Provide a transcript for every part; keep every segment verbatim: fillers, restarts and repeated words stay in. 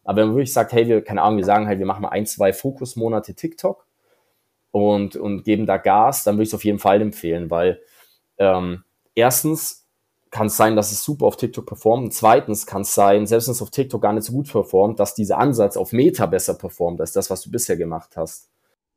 Aber wenn man wirklich sagt, hey, wir, keine Ahnung, wir sagen halt, wir machen mal ein, zwei Fokusmonate TikTok und, und geben da Gas, dann würde ich es auf jeden Fall empfehlen, weil ähm, erstens kann es sein, dass es super auf TikTok performt. Und zweitens kann es sein, selbst wenn es auf TikTok gar nicht so gut performt, dass dieser Ansatz auf Meta besser performt als das, was du bisher gemacht hast.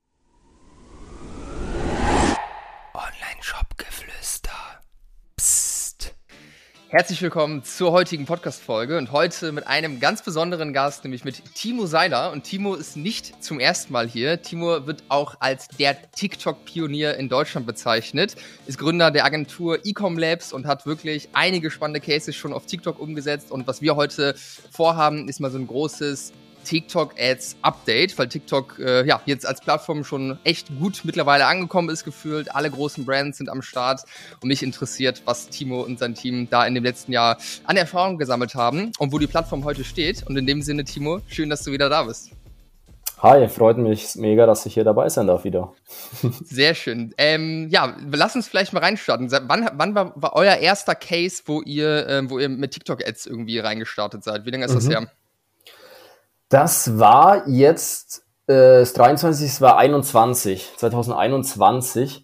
Online-Shop-Geflüster. Psst. Herzlich willkommen zur heutigen Podcast-Folge und heute mit einem ganz besonderen Gast, nämlich mit Timo Seiler. Und Timo ist nicht zum ersten Mal hier. Timo wird auch als der TikTok-Pionier in Deutschland bezeichnet, ist Gründer der Agentur Ecom Labs und hat wirklich einige spannende Cases schon auf TikTok umgesetzt. Und was wir heute vorhaben, ist mal so ein großes TikTok-Ads-Update, weil TikTok äh, ja jetzt als Plattform schon echt gut mittlerweile angekommen ist, gefühlt. Alle großen Brands sind am Start und mich interessiert, was Timo und sein Team da in dem letzten Jahr an Erfahrung gesammelt haben und wo die Plattform heute steht. Und in dem Sinne, Timo, schön, dass du wieder da bist. Hi, freut mich mega, dass ich hier dabei sein darf wieder. Sehr schön. Ähm, ja, lass uns vielleicht mal reinstarten. Wann, wann war, war euer erster Case, wo ihr, ähm, wo ihr mit TikTok-Ads irgendwie reingestartet seid? Wie lange ist mhm. das her? Das war jetzt, äh, das dreiundzwanzigste Das war einundzwanzig, zwanzig einundzwanzig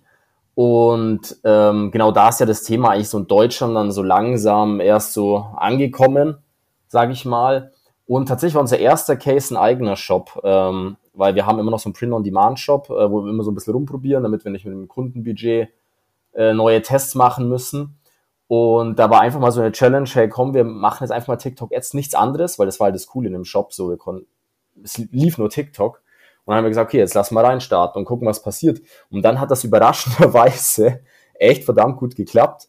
und ähm, genau da ist ja das Thema eigentlich so in Deutschland dann so langsam erst so angekommen, sage ich mal. Und tatsächlich war unser erster Case ein eigener Shop, ähm, weil wir haben immer noch so einen Print-on-Demand-Shop, äh, wo wir immer so ein bisschen rumprobieren, damit wir nicht mit dem Kundenbudget äh, neue Tests machen müssen. Und da war einfach mal so eine Challenge, hey komm, wir machen jetzt einfach mal TikTok-Ads, nichts anderes, weil das war halt das Coole in dem Shop, so wir konnten, es lief nur TikTok. Und dann haben wir gesagt, okay, jetzt lassen wir reinstarten und gucken, was passiert. Und dann hat das überraschenderweise echt verdammt gut geklappt.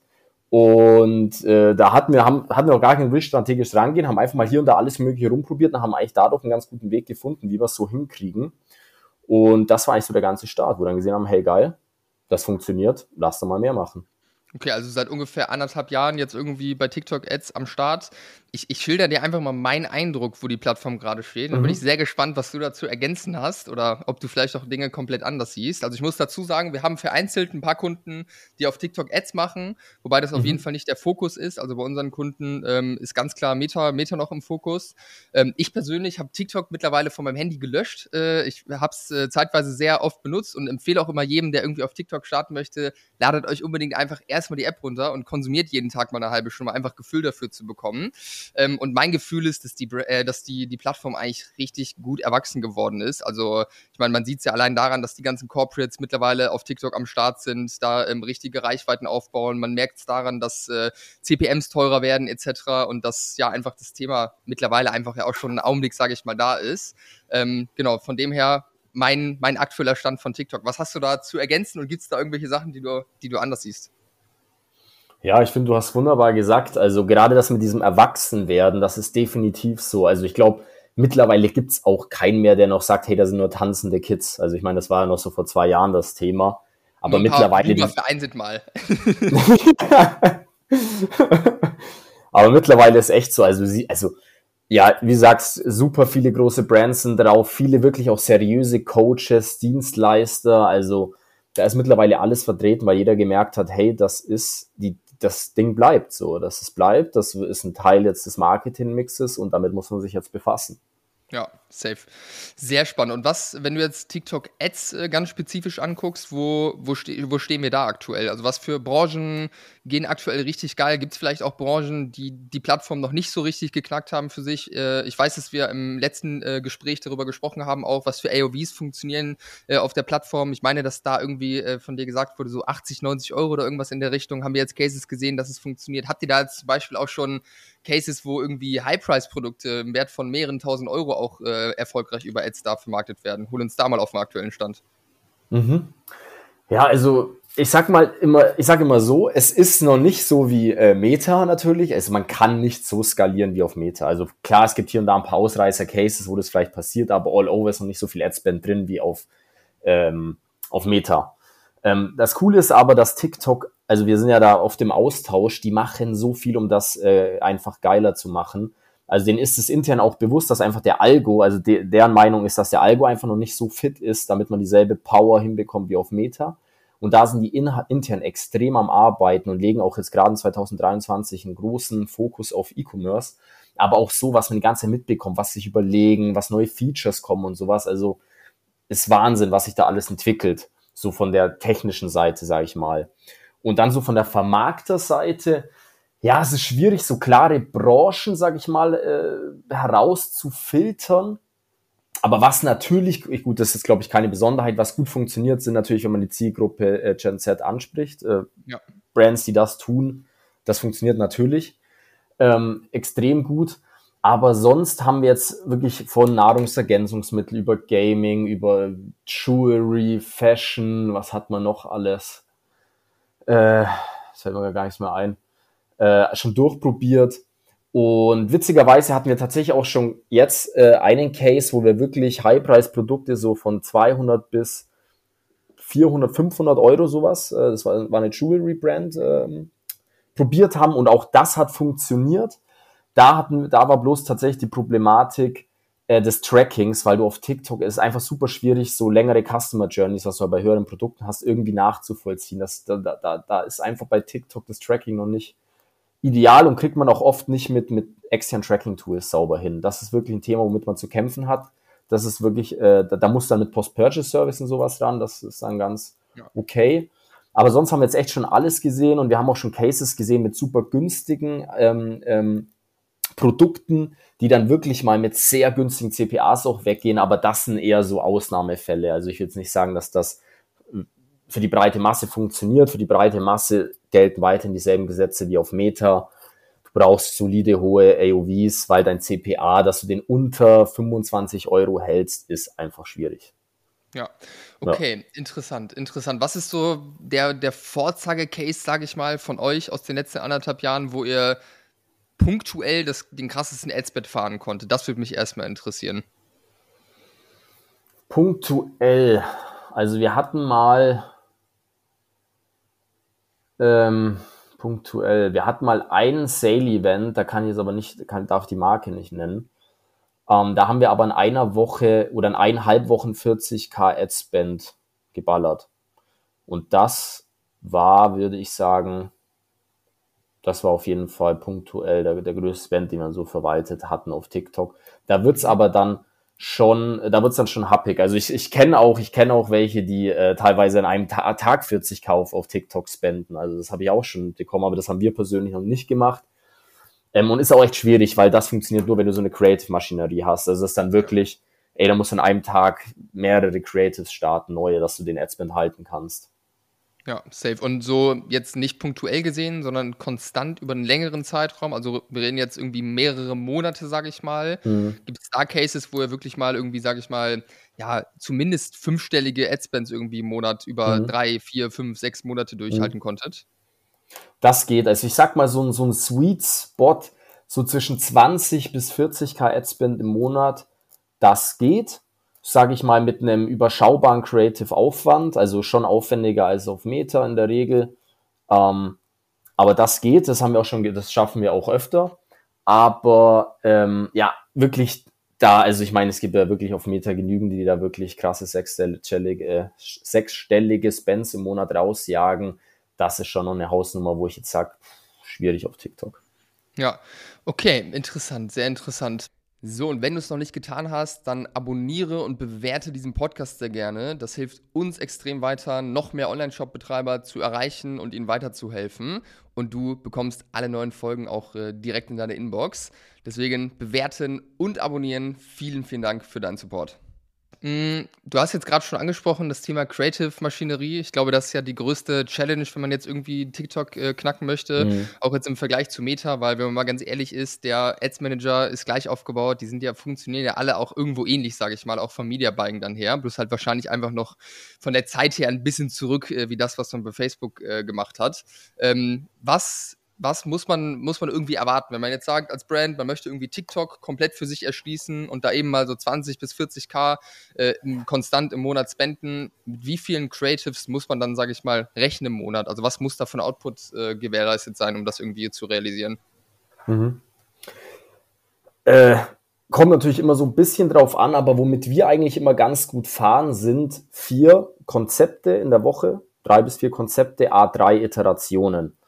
Und äh, da hatten wir, haben, hatten wir auch gar keinen Wisch strategisch rangehen, haben einfach mal hier und da alles Mögliche rumprobiert und haben eigentlich dadurch einen ganz guten Weg gefunden, wie wir es so hinkriegen. Und das war eigentlich so der ganze Start, wo wir dann gesehen haben, hey geil, das funktioniert, lass doch mal mehr machen. Okay, also seit ungefähr anderthalb Jahren jetzt irgendwie bei TikTok-Ads am Start. Ich, ich schilder dir einfach mal meinen Eindruck, wo die Plattform gerade steht. Da mhm. bin ich sehr gespannt, was du dazu ergänzen hast oder ob du vielleicht auch Dinge komplett anders siehst. Also ich muss dazu sagen, wir haben vereinzelt ein paar Kunden, die auf TikTok Ads machen, wobei das mhm. auf jeden Fall nicht der Fokus ist. Also bei unseren Kunden ähm, ist ganz klar Meta, Meta noch im Fokus. Ähm, ich persönlich habe TikTok mittlerweile von meinem Handy gelöscht. Äh, ich habe es äh, zeitweise sehr oft benutzt und empfehle auch immer jedem, der irgendwie auf TikTok starten möchte, ladet euch unbedingt einfach erst mal die App runter und konsumiert jeden Tag mal eine halbe Stunde, um einfach Gefühl dafür zu bekommen. Ähm, und mein Gefühl ist, dass die, äh, dass die, die Plattform eigentlich richtig gut erwachsen geworden ist. Also ich meine, man sieht es ja allein daran, dass die ganzen Corporates mittlerweile auf TikTok am Start sind, da ähm, richtige Reichweiten aufbauen. Man merkt es daran, dass äh, C P Ms teurer werden et cetera und dass ja einfach das Thema mittlerweile einfach ja auch schon einen Augenblick, sage ich mal, da ist. Ähm, genau, von dem her mein, mein aktueller Stand von TikTok. Was hast du da zu ergänzen und gibt es da irgendwelche Sachen, die du, die du anders siehst? Ja, ich finde, du hast wunderbar gesagt, also gerade das mit diesem Erwachsenwerden, das ist definitiv so. Also ich glaube, mittlerweile gibt's auch keinen mehr, der noch sagt, hey, da sind nur tanzende Kids. Also ich meine, das war ja noch so vor zwei Jahren das Thema. Aber nur ein mittlerweile... Paar vereinzelt mal. Aber mittlerweile ist echt so, also sie, also ja, wie du sagst, super viele große Brands sind drauf, viele wirklich auch seriöse Coaches, Dienstleister, also da ist mittlerweile alles vertreten, weil jeder gemerkt hat, hey, das ist die das Ding bleibt so, dass es bleibt, das ist ein Teil jetzt des Marketing-Mixes und damit muss man sich jetzt befassen. Ja, safe. Sehr spannend. Und was, wenn du jetzt TikTok-Ads äh, ganz spezifisch anguckst, wo, wo, ste- wo stehen wir da aktuell? Also was für Branchen gehen aktuell richtig geil? Gibt es vielleicht auch Branchen, die die Plattform noch nicht so richtig geknackt haben für sich? Äh, ich weiß, dass wir im letzten äh, Gespräch darüber gesprochen haben, auch was für A O Vs funktionieren äh, auf der Plattform. Ich meine, dass da irgendwie äh, von dir gesagt wurde, so achtzig, neunzig Euro oder irgendwas in der Richtung. Haben wir jetzt Cases gesehen, dass es funktioniert? Habt ihr da jetzt zum Beispiel auch schon Cases, wo irgendwie High-Price-Produkte im Wert von mehreren tausend Euro auch äh, erfolgreich über Ads da vermarktet werden? Hol uns da mal auf den aktuellen Stand. Mhm. Ja, also ich sag mal immer, ich sag immer so, es ist noch nicht so wie äh, Meta natürlich, also man kann nicht so skalieren wie auf Meta. Also klar, es gibt hier und da ein paar Ausreißer-Cases, wo das vielleicht passiert, aber all over ist noch nicht so viel Adspend drin wie auf, ähm, auf Meta. Ähm, das Coole ist aber, dass TikTok, also wir sind ja da oft im Austausch, die machen so viel, um das äh, einfach geiler zu machen. Also denen ist es intern auch bewusst, dass einfach der Algo, also de- deren Meinung ist, dass der Algo einfach noch nicht so fit ist, damit man dieselbe Power hinbekommt wie auf Meta. Und da sind die in- intern extrem am Arbeiten und legen auch jetzt gerade in zwanzig dreiundzwanzig einen großen Fokus auf E-Commerce, aber auch so, was man die ganze Zeit mitbekommt, was sich überlegen, was neue Features kommen und sowas. Also ist Wahnsinn, was sich da alles entwickelt, so von der technischen Seite, sage ich mal. Und dann so von der Vermarkterseite, ja, es ist schwierig, so klare Branchen, sage ich mal, äh, herauszufiltern. Aber was natürlich, gut, das ist, glaube ich, keine Besonderheit, was gut funktioniert, sind natürlich, wenn man die Zielgruppe äh, Gen Z anspricht. Äh, ja. Brands, die das tun, das funktioniert natürlich ähm, extrem gut. Aber sonst haben wir jetzt wirklich von Nahrungsergänzungsmittel über Gaming, über Jewelry, Fashion, was hat man noch alles? Äh, das fällt mir gar nichts mehr ein. Äh, schon durchprobiert. Und witzigerweise hatten wir tatsächlich auch schon jetzt äh, einen Case, wo wir wirklich High-Price-Produkte so von zweihundert bis vierhundert, fünfhundert Euro sowas, äh, das war, war eine Jewelry-Brand, ähm, probiert haben. Und auch das hat funktioniert. Da, hatten, da war bloß tatsächlich die Problematik äh, des Trackings, weil du auf TikTok, es ist einfach super schwierig, so längere Customer Journeys, was du bei höheren Produkten hast, irgendwie nachzuvollziehen. Das, da, da, da ist einfach bei TikTok das Tracking noch nicht ideal und kriegt man auch oft nicht mit, mit externen Tracking-Tools sauber hin. Das ist wirklich ein Thema, womit man zu kämpfen hat. Das ist wirklich, äh, da, da muss dann mit Post-Purchase-Service und sowas ran, das ist dann ganz okay. Aber sonst haben wir jetzt echt schon alles gesehen und wir haben auch schon Cases gesehen mit super günstigen ähm, ähm, Produkten, die dann wirklich mal mit sehr günstigen C P As auch weggehen, aber das sind eher so Ausnahmefälle. Also ich würde jetzt nicht sagen, dass das für die breite Masse funktioniert. Für die breite Masse gelten weiterhin dieselben Gesetze wie auf Meta. Du brauchst solide, hohe A O Vs, weil dein C P A, dass du den unter fünfundzwanzig Euro hältst, ist einfach schwierig. Ja, okay, ja. interessant, interessant. Was ist so der, der Vorzeige-Case, sage ich mal, von euch aus den letzten anderthalb Jahren, wo ihr punktuell das, den krassesten Adspend fahren konnte? Das würde mich erstmal interessieren. Punktuell. Also wir hatten mal ähm, punktuell, wir hatten mal ein Sale-Event, da kann ich jetzt aber nicht, kann, darf die Marke nicht nennen. Ähm, da haben wir aber in einer Woche oder in eineinhalb Wochen vierzig K Adspend geballert. Und das war, würde ich sagen, das war auf jeden Fall punktuell der, der größte Spend, den wir so verwaltet hatten auf TikTok. Da wird's aber dann schon, da wird's dann schon happig. Also ich, ich kenne auch, ich kenne auch welche, die äh, teilweise an einem Ta- Tag vierzig Kauf auf TikTok spenden. Also das habe ich auch schon bekommen, aber das haben wir persönlich noch nicht gemacht. Ähm, und ist auch echt schwierig, weil das funktioniert nur, wenn du so eine Creative-Maschinerie hast. Also das ist dann wirklich, ey, da musst du an einem Tag mehrere Creatives starten, neue, dass du den Adspend halten kannst. Ja, safe. Und so jetzt nicht punktuell gesehen, sondern konstant über einen längeren Zeitraum. Also wir reden jetzt irgendwie mehrere Monate, sage ich mal. Mhm. Gibt es da Cases, wo ihr wirklich mal irgendwie, sage ich mal, ja, zumindest fünfstellige Adspends irgendwie im Monat über mhm. drei, vier, fünf, sechs Monate durchhalten mhm. konntet? Das geht. Also ich sag mal, so ein, so ein Sweet Spot, so zwischen zwanzig bis vierzig K Adspend im Monat, das geht. Sage ich mal, mit einem überschaubaren Creative Aufwand, also schon aufwendiger als auf Meta in der Regel. Ähm, aber das geht, das haben wir auch schon, das schaffen wir auch öfter. Aber ähm, ja, wirklich da, also ich meine, es gibt ja wirklich auf Meta genügend, die da wirklich krasse sechsstellige, äh, sechsstellige Spends im Monat rausjagen. Das ist schon noch eine Hausnummer, wo ich jetzt sage, schwierig auf TikTok. Ja, okay, interessant, sehr interessant. So, und wenn du es noch nicht getan hast, dann abonniere und bewerte diesen Podcast sehr gerne. Das hilft uns extrem weiter, noch mehr Online-Shop-Betreiber zu erreichen und ihnen weiterzuhelfen. Und du bekommst alle neuen Folgen auch äh, direkt in deine Inbox. Deswegen bewerten und abonnieren. Vielen, vielen Dank für deinen Support. Du hast jetzt gerade schon angesprochen, das Thema Creative-Maschinerie. Ich glaube, das ist ja die größte Challenge, wenn man jetzt irgendwie TikTok äh, knacken möchte. Mhm. Auch jetzt im Vergleich zu Meta, weil wenn man mal ganz ehrlich ist, der Ads-Manager ist gleich aufgebaut. Die sind ja, funktionieren ja alle auch irgendwo ähnlich, sage ich mal, auch vom Media-Buying dann her. Bloß halt wahrscheinlich einfach noch von der Zeit her ein bisschen zurück, äh, wie das, was man bei Facebook äh, gemacht hat. Ähm, was... Was muss man, muss man irgendwie erwarten, wenn man jetzt sagt, als Brand, man möchte irgendwie TikTok komplett für sich erschließen und da eben mal so zwanzig bis vierzig K äh, konstant im Monat spenden? Mit wie vielen Creatives muss man dann, sage ich mal, rechnen im Monat? Also was muss da von Output äh, gewährleistet sein, um das irgendwie zu realisieren? Mhm. Äh, kommt natürlich immer so ein bisschen drauf an, aber womit wir eigentlich immer ganz gut fahren, sind vier Konzepte in der Woche, drei bis vier Konzepte, a drei Iterationen.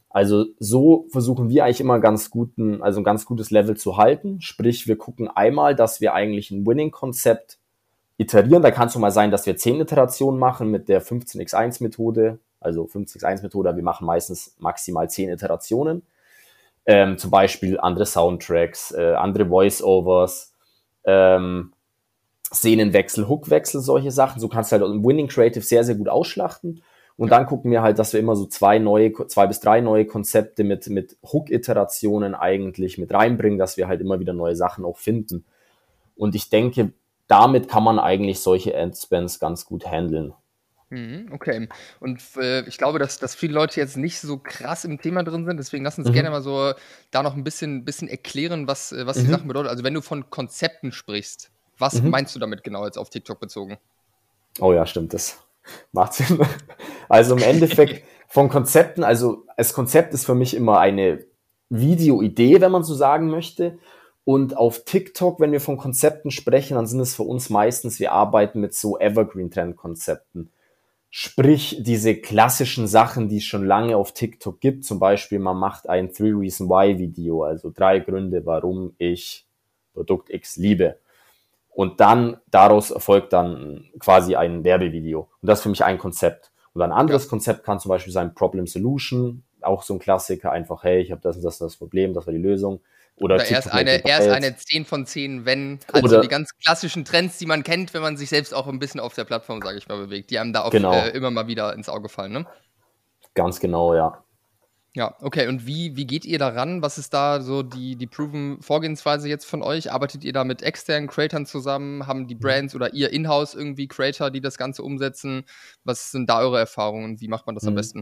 Also so versuchen wir eigentlich immer ganz guten, also ein ganz gutes Level zu halten. Sprich, wir gucken einmal, dass wir eigentlich ein Winning-Konzept iterieren. Da kann es schon mal sein, dass wir zehn Iterationen machen mit der fünfzehn mal eins Methode. Also fünfzehn mal eins Methode, wir machen meistens maximal zehn Iterationen. Ähm, zum Beispiel andere Soundtracks, äh, andere Voice-Overs, ähm, Szenenwechsel, Hookwechsel, solche Sachen. So kannst du halt im Winning Creative sehr, sehr gut ausschlachten. Und dann gucken wir halt, dass wir immer so zwei neue, zwei bis drei neue Konzepte mit, mit Hook-Iterationen eigentlich mit reinbringen, dass wir halt immer wieder neue Sachen auch finden. Und ich denke, damit kann man eigentlich solche Ad-Spends ganz gut handeln. Mhm, okay. Und äh, ich glaube, dass, dass viele Leute jetzt nicht so krass im Thema drin sind. Deswegen lass uns gerne Mhm. mal so da noch ein bisschen, bisschen erklären, was, äh, was die Sachen Mhm. bedeuten. Also wenn du von Konzepten sprichst, was Mhm. meinst du damit genau jetzt auf TikTok bezogen? Oh ja, stimmt, das macht Sinn. Also im Endeffekt von Konzepten, also das Konzept ist für mich immer eine Videoidee, wenn man so sagen möchte. Und auf TikTok, wenn wir von Konzepten sprechen, dann sind es für uns meistens, wir arbeiten mit so Evergreen-Trend-Konzepten. Sprich, diese klassischen Sachen, die es schon lange auf TikTok gibt, zum Beispiel, man macht ein Three Reason Why Video, also drei Gründe, warum ich Produkt X liebe. Und dann daraus erfolgt dann quasi ein Werbevideo. Und das ist für mich ein Konzept. Und ein Ja. anderes Konzept kann zum Beispiel sein Problem Solution, auch so ein Klassiker, einfach, hey, ich habe das und das und das Problem, das war die Lösung. Oder Oder er ist TikTok Make eine, It er ist Diet. eine zehn von zehn, wenn, halt so die Oder, ganz klassischen Trends, die man kennt, wenn man sich selbst auch ein bisschen auf der Plattform, sage ich mal, bewegt, die einem da auf, äh, genau, immer mal wieder ins Auge fallen, ne? ganz genau, ja. Ja, okay. Und wie, wie geht ihr daran? Was ist da so die, die proven Vorgehensweise jetzt von euch? Arbeitet ihr da mit externen Creatern zusammen? Haben die Brands oder ihr in-house irgendwie Creator, die das Ganze umsetzen? Was sind da eure Erfahrungen? Wie macht man das am Mhm. besten?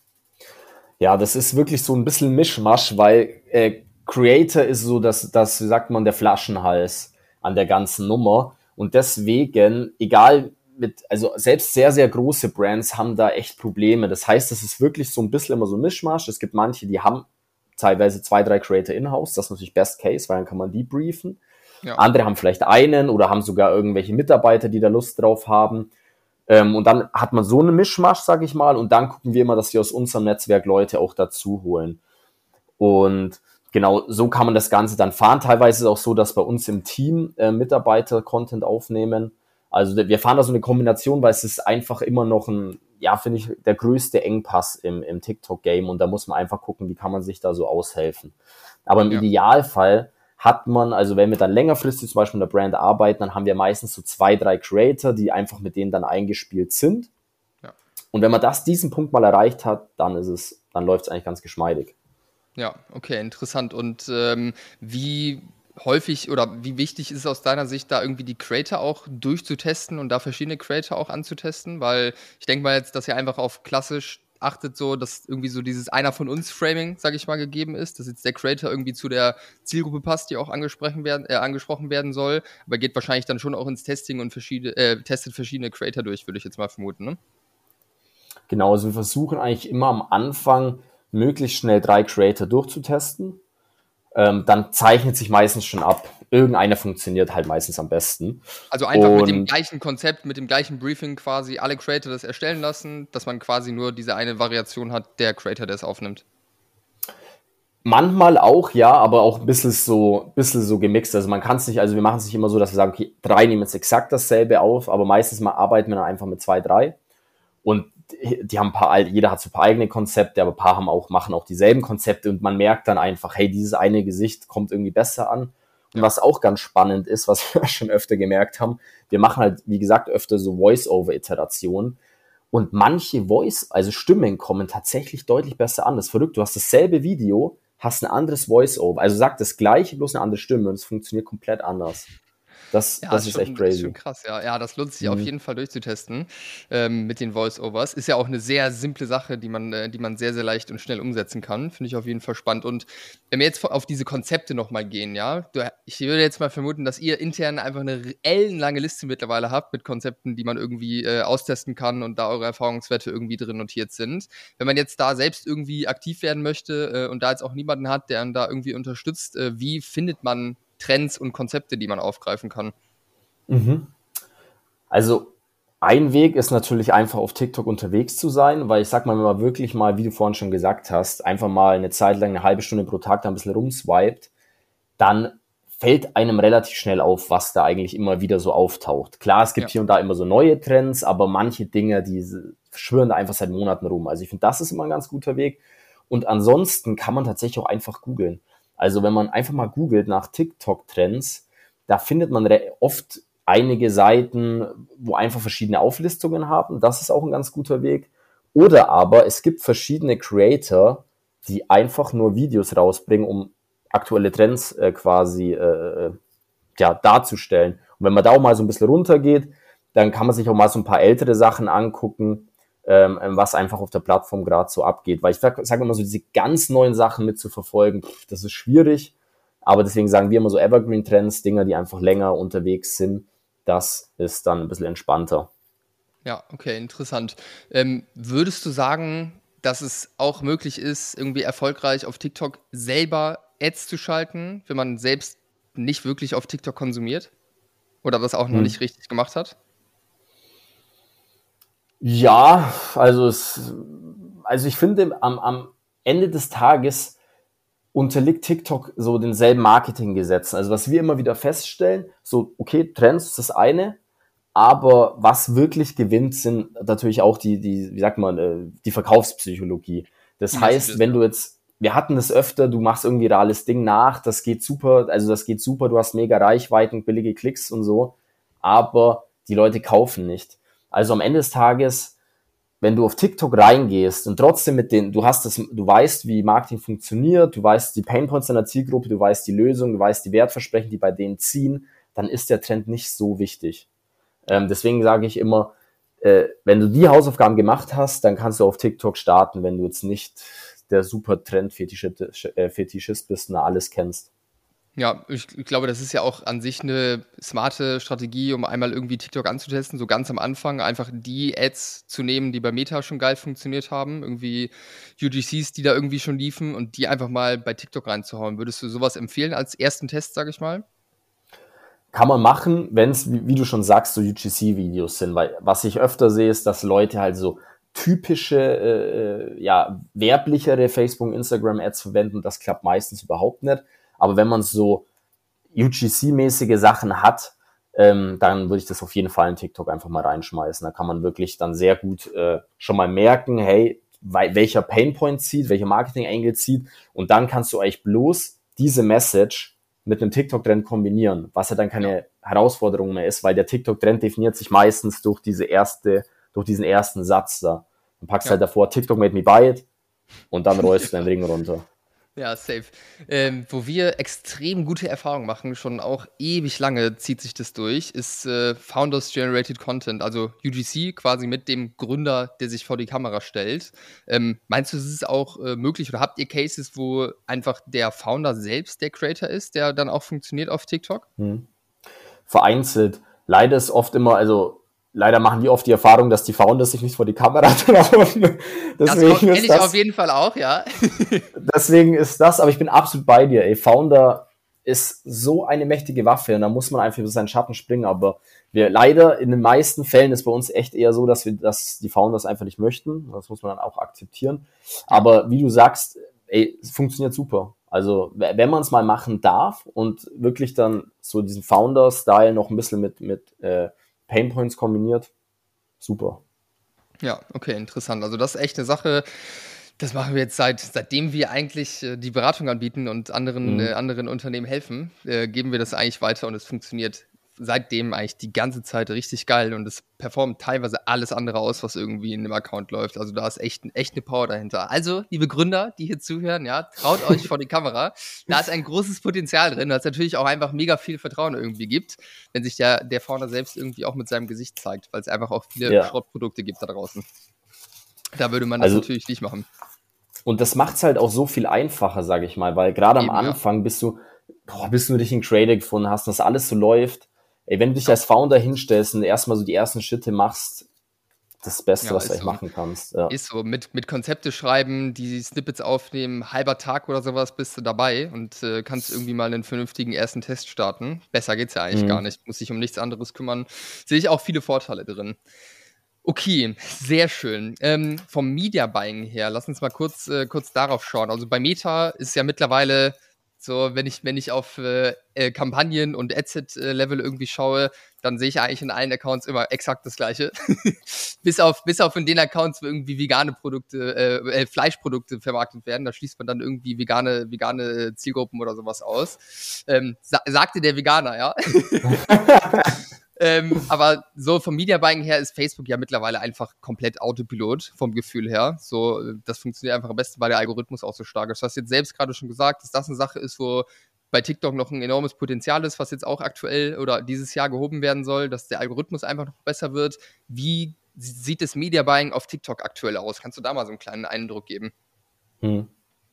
Ja, das ist wirklich so ein bisschen Mischmasch, weil äh, Creator ist so, dass das, wie sagt man, der Flaschenhals an der ganzen Nummer. Und deswegen, egal mit, also selbst sehr, sehr große Brands haben da echt Probleme. Das heißt, es ist wirklich so ein bisschen immer so ein Mischmasch. Es gibt manche, die haben teilweise zwei, drei Creator in-house. Das ist natürlich Best Case, weil dann kann man die briefen. Ja, Andere haben vielleicht einen oder haben sogar irgendwelche Mitarbeiter, die da Lust drauf haben. Ähm, und dann hat man so einen Mischmasch, sag ich mal, und dann gucken wir immer, dass wir aus unserem Netzwerk Leute auch dazu holen. Und genau so kann man das Ganze dann fahren. Teilweise ist es auch so, dass bei uns im Team äh, Mitarbeiter Content aufnehmen. Also wir fahren da so eine Kombination, weil es ist einfach immer noch ein, ja, finde ich, der größte Engpass im, im TikTok-Game. Und da muss man einfach gucken, wie kann man sich da so aushelfen. Aber im ja. Idealfall hat man, also wenn wir dann längerfristig zum Beispiel mit der Brand arbeiten, dann haben wir meistens so zwei, drei Creator, die einfach mit denen dann eingespielt sind. Ja. Und wenn man das, diesen Punkt mal erreicht hat, dann ist es, dann läuft es eigentlich ganz geschmeidig. Ja, okay, interessant. Und ähm, wie häufig oder wie wichtig ist es aus deiner Sicht, da irgendwie die Creator auch durchzutesten und da verschiedene Creator auch anzutesten? Weil ich denke mal jetzt, dass ihr einfach auf klassisch achtet, so dass irgendwie so dieses einer von uns Framing, sage ich mal, gegeben ist, dass jetzt der Creator irgendwie zu der Zielgruppe passt, die auch angesprochen werden, äh, angesprochen werden soll, aber geht wahrscheinlich dann schon auch ins Testing und verschiedene, äh, testet verschiedene Creator durch, würde ich jetzt mal vermuten, ne? Genau, also wir versuchen eigentlich immer am Anfang möglichst schnell drei Creator durchzutesten. Ähm, dann zeichnet sich meistens schon ab. Irgendeiner funktioniert halt meistens am besten. Also einfach mit dem Und gleichen Konzept, mit dem gleichen Briefing quasi alle Creator das erstellen lassen, dass man quasi nur diese eine Variation hat, der Creator, der es aufnimmt. manchmal auch, ja, aber auch ein bisschen so, bisschen so gemixt. Also man kann es nicht, also wir machen es nicht immer so, dass wir sagen, okay, drei nehmen jetzt exakt dasselbe auf, aber meistens mal arbeiten wir dann einfach mit zwei, drei. Und die haben ein paar, jeder hat so ein paar eigene Konzepte, aber ein paar haben auch, machen auch dieselben Konzepte und man merkt dann einfach, hey, dieses eine Gesicht kommt irgendwie besser an. Und Ja. was auch ganz spannend ist, was wir schon öfter gemerkt haben, wir machen halt, wie gesagt, öfter so Voice-Over-Iterationen und manche Voice, also Stimmen kommen tatsächlich deutlich besser an. Das ist verrückt, du hast dasselbe Video, hast ein anderes Voice-Over, also sagt das gleiche, bloß eine andere Stimme und es funktioniert komplett anders. Das, Ja, das ist ist echt schon, ist schon crazy. krass, ja. Ja, das lohnt sich auf Mhm. jeden Fall durchzutesten ähm, mit den Voice-Overs. Ist ja auch eine sehr simple Sache, die man, äh, die man sehr, sehr leicht und schnell umsetzen kann. Finde ich auf jeden Fall spannend. Und wenn wir jetzt auf diese Konzepte nochmal gehen, ja, du, ich würde jetzt mal vermuten, dass ihr intern einfach eine ellenlange Liste mittlerweile habt mit Konzepten, die man irgendwie äh, austesten kann und da eure Erfahrungswerte irgendwie drin notiert sind. Wenn man jetzt da selbst irgendwie aktiv werden möchte äh, und da jetzt auch niemanden hat, der einen da irgendwie unterstützt, äh, wie findet man Trends und Konzepte, die man aufgreifen kann? Mhm. Also Ein Weg ist natürlich einfach auf TikTok unterwegs zu sein, weil ich sag mal, wenn man wirklich mal, wie du vorhin schon gesagt hast, einfach mal eine Zeit lang, eine halbe Stunde pro Tag da ein bisschen rumswiped, dann fällt einem relativ schnell auf, was da eigentlich immer wieder so auftaucht. Klar, es gibt Ja. hier und da immer so neue Trends, aber manche Dinge, die schwirren da einfach seit Monaten rum. Also ich finde, das ist immer ein ganz guter Weg. Und ansonsten kann man tatsächlich auch einfach googeln. Also wenn man einfach mal googelt nach TikTok-Trends, da findet man re- oft einige Seiten, wo einfach verschiedene Auflistungen haben. Das ist auch ein ganz guter Weg. Oder aber es gibt verschiedene Creator, die einfach nur Videos rausbringen, um aktuelle Trends äh, quasi äh, ja, darzustellen. Und wenn man da auch mal so ein bisschen runtergeht, dann kann man sich auch mal so ein paar ältere Sachen angucken, ähm, was einfach auf der Plattform gerade so abgeht. Weil ich sage sag immer so, diese ganz neuen Sachen mit zu verfolgen, pff, das ist schwierig. Aber deswegen sagen wir immer so Evergreen-Trends, Dinger, die einfach länger unterwegs sind, das ist dann ein bisschen entspannter. Ja, okay, interessant. Ähm, würdest du sagen, dass es auch möglich ist, irgendwie erfolgreich auf TikTok selber Ads zu schalten, wenn man selbst nicht wirklich auf TikTok konsumiert oder das auch noch Hm. nicht richtig gemacht hat? Ja, also es, also ich finde, am, am Ende des Tages unterliegt TikTok so denselben Marketinggesetzen. Also was wir immer wieder feststellen, so okay, Trends ist das eine, aber was wirklich gewinnt, sind natürlich auch die, die, wie sagt man, äh, die Verkaufspsychologie. Das Die heißt, Messages, wenn ja. du jetzt, wir hatten das öfter, du machst irgendwie virales Ding nach, das geht super, also das geht super, du hast mega Reichweiten, billige Klicks und so, aber die Leute kaufen nicht. Also am Ende des Tages, wenn du auf TikTok reingehst und trotzdem mit den, du hast das, du weißt, wie Marketing funktioniert, du weißt die Painpoints deiner Zielgruppe, du weißt die Lösung, du weißt die Wertversprechen, die bei denen ziehen, dann ist der Trend nicht so wichtig. Ähm, deswegen sage ich immer, äh, wenn du die Hausaufgaben gemacht hast, dann kannst du auf TikTok starten, wenn du jetzt nicht der super Trend-Fetischist äh, Fetischist bist und alles kennst. Ja, ich ich glaube, das ist ja auch an sich eine smarte Strategie, um einmal irgendwie TikTok anzutesten, so ganz am Anfang einfach die Ads zu nehmen, die bei Meta schon geil funktioniert haben, irgendwie U G Cs, die da irgendwie schon liefen und die einfach mal bei TikTok reinzuhauen. Würdest du sowas empfehlen als ersten Test, sage ich mal? Kann man machen, wenn es, wie, wie du schon sagst, so U G C-Videos sind, weil was ich öfter sehe, ist, dass Leute halt so typische, äh, ja, werblichere Facebook, Instagram-Ads verwenden. Das klappt meistens überhaupt nicht. Aber wenn man so U G C-mäßige Sachen hat, ähm, dann würde ich das auf jeden Fall in TikTok einfach mal reinschmeißen. Da kann man wirklich dann sehr gut äh, schon mal merken, hey, wei- welcher Painpoint zieht, welcher Marketing-Angle zieht. Und dann kannst du eigentlich bloß diese Message mit einem TikTok-Trend kombinieren, was ja dann keine Ja. Herausforderung mehr ist, weil der TikTok-Trend definiert sich meistens durch diese erste, durch diesen ersten Satz da. Dann packst du Ja. halt davor, TikTok made me buy it, und dann rollst du deinen Ring runter. Ja, safe. Ähm, wo wir extrem gute Erfahrungen machen, schon auch ewig lange zieht sich das durch, ist äh, Founders Generated Content, also U G C quasi mit dem Gründer, der sich vor die Kamera stellt. Ähm, meinst du, es ist auch äh, möglich oder habt ihr Cases, wo einfach der Founder selbst der Creator ist, der dann auch funktioniert auf TikTok? Hm. Vereinzelt. Leider ist oft immer, also leider machen die oft die Erfahrung, dass die Founders sich nicht vor die Kamera trauen. Das Deswegen kenne ist ich auf das, jeden Fall auch, ja. deswegen ist das, aber ich bin absolut bei dir, ey. Founder ist so eine mächtige Waffe und da muss man einfach über seinen Schatten springen, aber wir leider in den meisten Fällen ist bei uns echt eher so, dass wir, dass die Founders einfach nicht möchten. Das muss man dann auch akzeptieren. Aber wie du sagst, ey, es funktioniert super. Also w- wenn man es mal machen darf und wirklich dann so diesen Founder-Style noch ein bisschen mit, mit äh, Painpoints kombiniert, super. Ja, okay, interessant. Also das ist echt eine Sache, das machen wir jetzt seit seitdem wir eigentlich, äh, die Beratung anbieten und anderen äh, Mhm. anderen Unternehmen helfen, äh, geben wir das eigentlich weiter und es funktioniert seitdem eigentlich die ganze Zeit richtig geil und es performt teilweise alles andere aus, was irgendwie in dem Account läuft. Also, da ist echt echt 'ne Power dahinter. Also, liebe Gründer, die hier zuhören, ja, traut euch vor die Kamera. Da ist ein großes Potenzial drin, was natürlich auch einfach mega viel Vertrauen irgendwie gibt, wenn sich der der Founder selbst irgendwie auch mit seinem Gesicht zeigt, weil es einfach auch viele Ja, Schrottprodukte gibt da draußen. Da würde man das also natürlich nicht machen. und das macht's halt auch so viel einfacher, sage ich mal, weil gerade am Eben, ja. Anfang bist du, boah, bis du dich in Creator gefunden hast und das alles so läuft. Ey, wenn du dich Ja. als Founder hinstellst und erstmal so die ersten Schritte machst, das Beste, Ja, was du ist eigentlich so. machen kannst. Ja. Ist so. Mit, mit Konzepte schreiben, die Snippets aufnehmen, halber Tag oder sowas bist du dabei und äh, kannst irgendwie mal einen vernünftigen ersten Test starten. Besser geht's ja eigentlich gar Mhm. nicht. Muss sich um nichts anderes kümmern. Sehe ich auch viele Vorteile drin. Okay, sehr schön. Ähm, vom Media Buying her, lass uns mal kurz, äh, kurz darauf schauen. Also bei Meta ist ja mittlerweile so, wenn ich, wenn ich auf äh, äh, Kampagnen und Adset-Level irgendwie schaue, dann sehe ich eigentlich in allen Accounts immer exakt das Gleiche. bis auf, bis auf in den Accounts, wo irgendwie vegane Produkte, äh, äh, Fleischprodukte vermarktet werden. Da schließt man dann irgendwie vegane, vegane Zielgruppen oder sowas aus. Ähm, sa- sagte der Veganer, ja. Ähm, aber so vom Media Buying her ist Facebook ja mittlerweile einfach komplett Autopilot vom Gefühl her. So, äh, das funktioniert einfach am besten, weil der Algorithmus auch so stark ist. Du hast jetzt selbst gerade schon gesagt, dass das eine Sache ist, wo bei TikTok noch ein enormes Potenzial ist, was jetzt auch aktuell oder dieses Jahr gehoben werden soll, dass der Algorithmus einfach noch besser wird. Wie sieht das Media Buying auf TikTok aktuell aus? Kannst du da mal so einen kleinen Eindruck geben? Hm.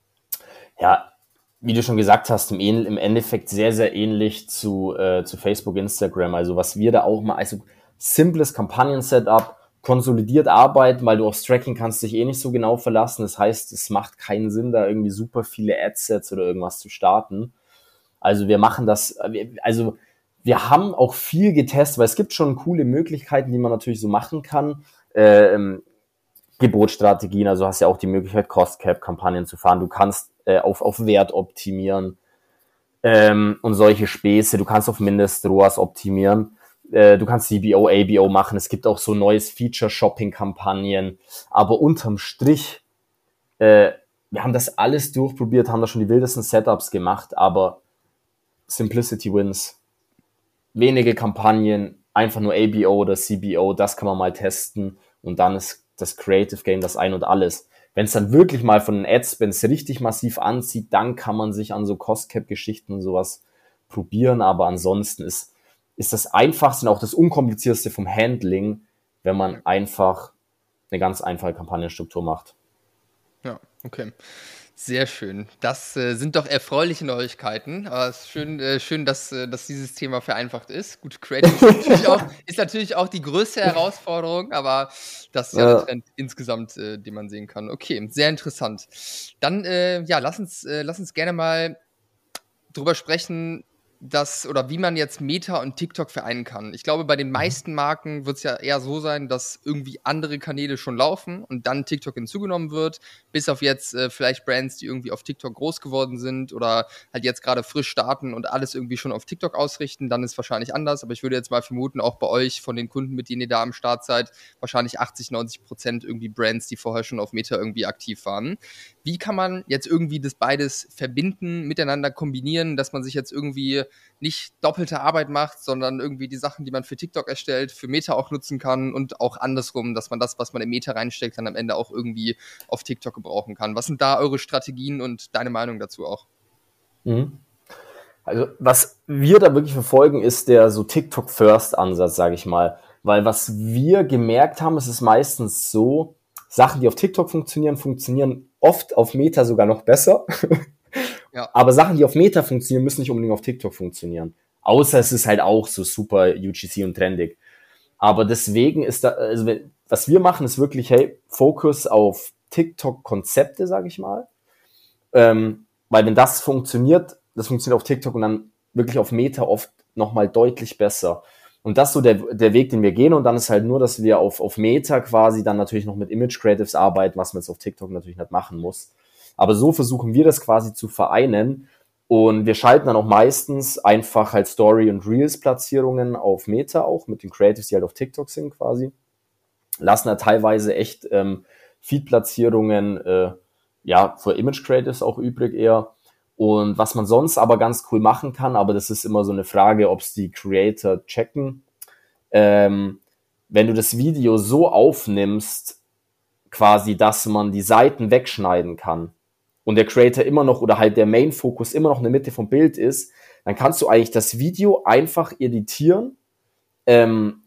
Ja, wie du schon gesagt hast, im, im Endeffekt sehr, sehr ähnlich zu, äh, zu Facebook, Instagram. Also was wir da auch mal, also simples Kampagnen-Setup, konsolidiert arbeiten, weil du aufs Tracking kannst dich eh nicht so genau verlassen. Das heißt, es macht keinen Sinn, da irgendwie super viele Adsets oder irgendwas zu starten. Also wir machen das, also wir haben auch viel getestet, weil es gibt schon coole Möglichkeiten, die man natürlich so machen kann. Ähm, Gebotsstrategien, also hast ja auch die Möglichkeit, Cost-Cap-Kampagnen zu fahren. Du kannst äh, auf, auf Wert optimieren ähm, und solche Späße. Du kannst auf Mindest-R O A S optimieren. Äh, du kannst C B O, A B O machen. Es gibt auch so neues Feature-Shopping-Kampagnen. Aber unterm Strich, äh, wir haben das alles durchprobiert, haben da schon die wildesten Setups gemacht, aber Simplicity wins. Wenige Kampagnen, einfach nur A B O oder C B O, das kann man mal testen und dann ist das Creative Game das Ein und Alles. Wenn es dann wirklich mal von den Ad-Spends richtig massiv anzieht, dann kann man sich an so Cost-Cap-Geschichten und sowas probieren, aber ansonsten ist, ist das Einfachste und auch das Unkomplizierteste vom Handling, wenn man einfach eine ganz einfache Kampagnenstruktur macht. Ja, okay. Sehr schön. Das äh, sind doch erfreuliche Neuigkeiten. Aber es ist schön, äh, schön dass, äh, dass dieses Thema vereinfacht ist. Gut, Creative ist natürlich auch, ist natürlich auch die größte Herausforderung, aber das ist ja der Ja. Trend insgesamt, äh, den man sehen kann. Okay, sehr interessant. Dann, äh, ja, lass uns, äh, lass uns gerne mal drüber sprechen, dass oder wie man jetzt Meta und TikTok vereinen kann. Ich glaube, bei den meisten Marken wird es ja eher so sein, dass irgendwie andere Kanäle schon laufen und dann TikTok hinzugenommen wird, bis auf jetzt äh, vielleicht Brands, die irgendwie auf TikTok groß geworden sind oder halt jetzt gerade frisch starten und alles irgendwie schon auf TikTok ausrichten, dann ist wahrscheinlich anders. Aber ich würde jetzt mal vermuten, auch bei euch von den Kunden, mit denen ihr da am Start seid, wahrscheinlich achtzig, neunzig Prozent irgendwie Brands, die vorher schon auf Meta irgendwie aktiv waren. Wie kann man jetzt irgendwie das beides verbinden, miteinander kombinieren, dass man sich jetzt irgendwie nicht doppelte Arbeit macht, sondern irgendwie die Sachen, die man für TikTok erstellt, für Meta auch nutzen kann und auch andersrum, dass man das, was man in Meta reinsteckt, dann am Ende auch irgendwie auf TikTok gebrauchen kann. Was sind da eure Strategien und deine Meinung dazu auch? Mhm. Also was wir da wirklich verfolgen, ist der so TikTok-First-Ansatz, sage ich mal. Weil was wir gemerkt haben, es ist meistens so, Sachen, die auf TikTok funktionieren, funktionieren oft auf Meta sogar noch besser. Ja. Aber Sachen, die auf Meta funktionieren, müssen nicht unbedingt auf TikTok funktionieren. Außer es ist halt auch so super U G C und trendig. Aber deswegen ist da, also was wir machen, ist wirklich, hey, Fokus auf TikTok-Konzepte, sage ich mal. Ähm, weil wenn das funktioniert, das funktioniert auf TikTok und dann wirklich auf Meta oft nochmal deutlich besser. Und das ist so der, der Weg, den wir gehen. Und dann ist halt nur, dass wir auf, auf Meta quasi dann natürlich noch mit Image Creatives arbeiten, was man jetzt auf TikTok natürlich nicht machen muss. Aber so versuchen wir das quasi zu vereinen. Und wir schalten dann auch meistens einfach halt Story- und Reels-Platzierungen auf Meta auch, mit den Creatives, die halt auf TikTok sind quasi. Lassen da teilweise echt ähm, Feed-Platzierungen äh, ja, für Image Creatives auch übrig eher. Und was man sonst aber ganz cool machen kann, aber das ist immer so eine Frage, ob es die Creator checken, ähm, wenn du das Video so aufnimmst, quasi, dass man die Seiten wegschneiden kann und der Creator immer noch oder halt der Main-Fokus immer noch in der Mitte vom Bild ist, dann kannst du eigentlich das Video einfach editieren ähm,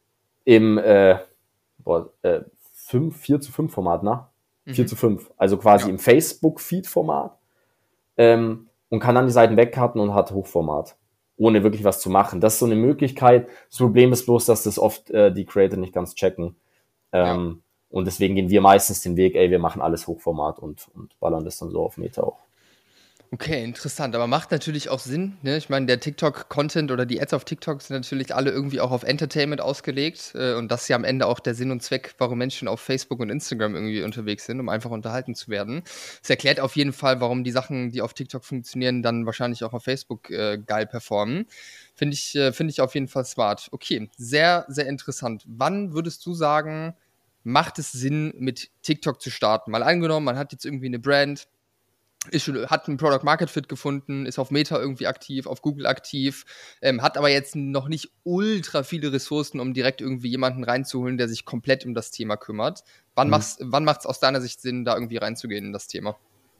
im äh, boah, äh, fünf, vier zu fünf Format, ne? Mhm. vier zu fünf, also quasi Ja. im Facebook-Feed-Format. Ähm, und kann dann die Seiten wegcutten und hat Hochformat, ohne wirklich was zu machen. Das ist so eine Möglichkeit. Das Problem ist bloß, dass das oft äh, die Creator nicht ganz checken. Ähm, ja. Und deswegen gehen wir meistens den Weg, ey, wir machen alles Hochformat und, und ballern das dann so auf Meta auch. Okay, interessant, aber macht natürlich auch Sinn, ne? Ich meine, der TikTok-Content oder die Ads auf TikTok sind natürlich alle irgendwie auch auf Entertainment ausgelegt, äh, und das ist ja am Ende auch der Sinn und Zweck, warum Menschen auf Facebook und Instagram irgendwie unterwegs sind, um einfach unterhalten zu werden. Das erklärt auf jeden Fall, warum die Sachen, die auf TikTok funktionieren, dann wahrscheinlich auch auf Facebook äh, geil performen. Finde ich, äh, finde ich auf jeden Fall smart. Okay, sehr, sehr interessant. Wann würdest du sagen, macht es Sinn, mit TikTok zu starten? Mal angenommen, man hat jetzt irgendwie eine Brand, Ist schon, hat ein Product Market Fit gefunden, ist auf Meta irgendwie aktiv, auf Google aktiv, ähm, hat aber jetzt noch nicht ultra viele Ressourcen, um direkt irgendwie jemanden reinzuholen, der sich komplett um das Thema kümmert. Wann Mhm. wann macht es aus deiner Sicht Sinn, da irgendwie reinzugehen in das Thema?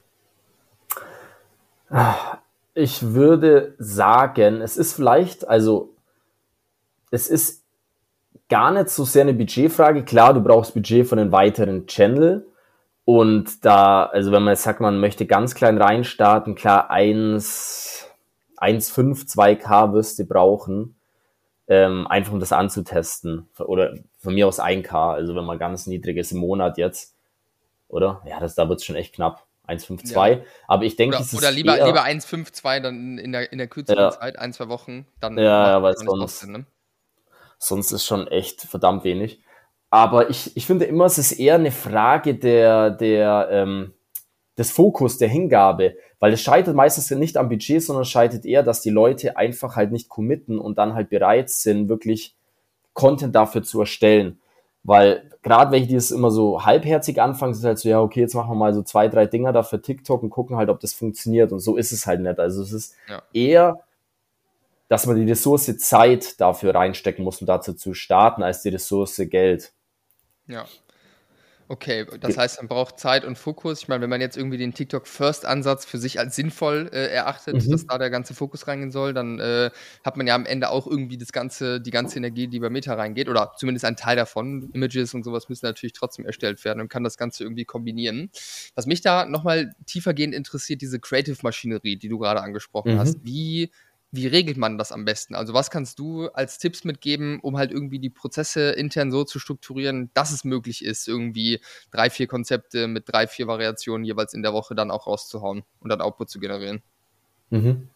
Ich würde sagen, es ist vielleicht, also es ist gar nicht so sehr eine Budgetfrage. Klar, du brauchst Budget für einen weiteren Channel. Und da, also wenn man jetzt sagt, man möchte ganz klein reinstarten, klar, eins, eins Komma fünf, zwei K wirst du brauchen, ähm, einfach um das anzutesten. Oder von mir aus ein K, also wenn man ganz niedrig ist im Monat jetzt, oder? Ja, das, da wird es schon echt knapp. eins Komma fünf zwei. Ja. Aber ich denke, Oder, es oder ist lieber, eher, lieber eins Komma fünf zwei dann in der, in der kürzeren ja, Zeit, ein, zwei Wochen, dann ja, macht ja, es weil wahrscheinlich auch sonst, Sinn, ne? sonst ist schon echt verdammt wenig. Aber ich, ich finde immer, es ist eher eine Frage der, der, ähm, des Fokus, der Hingabe, weil es scheitert meistens nicht am Budget, sondern es scheitert eher, dass die Leute einfach halt nicht committen und dann halt bereit sind, wirklich Content dafür zu erstellen. Weil gerade welche, die es immer so halbherzig anfangen, ist halt so, ja, okay, jetzt machen wir mal so zwei, drei Dinger da für TikTok und gucken halt, ob das funktioniert. Und so ist es halt nicht. Also es ist Ja. eher, dass man die Ressource Zeit dafür reinstecken muss, um dazu zu starten, als die Ressource Geld. Ja. Okay, das heißt, man braucht Zeit und Fokus. Ich meine, wenn man jetzt irgendwie den TikTok-First-Ansatz für sich als sinnvoll äh, erachtet, dass Mhm. da der ganze Fokus reingehen soll, dann äh, hat man ja am Ende auch irgendwie das ganze, die ganze Energie, die bei Meta reingeht, oder zumindest ein Teil davon. Images und sowas müssen natürlich trotzdem erstellt werden und kann das Ganze irgendwie kombinieren. Was mich da nochmal tiefergehend interessiert, diese Creative-Maschinerie, die du gerade angesprochen Mhm. hast. Wie Wie regelt man das am besten? Also was kannst du als Tipps mitgeben, um halt irgendwie die Prozesse intern so zu strukturieren, dass es möglich ist, irgendwie drei, vier Konzepte mit drei, vier Variationen jeweils in der Woche dann auch rauszuhauen und dann Output zu generieren? Mhm.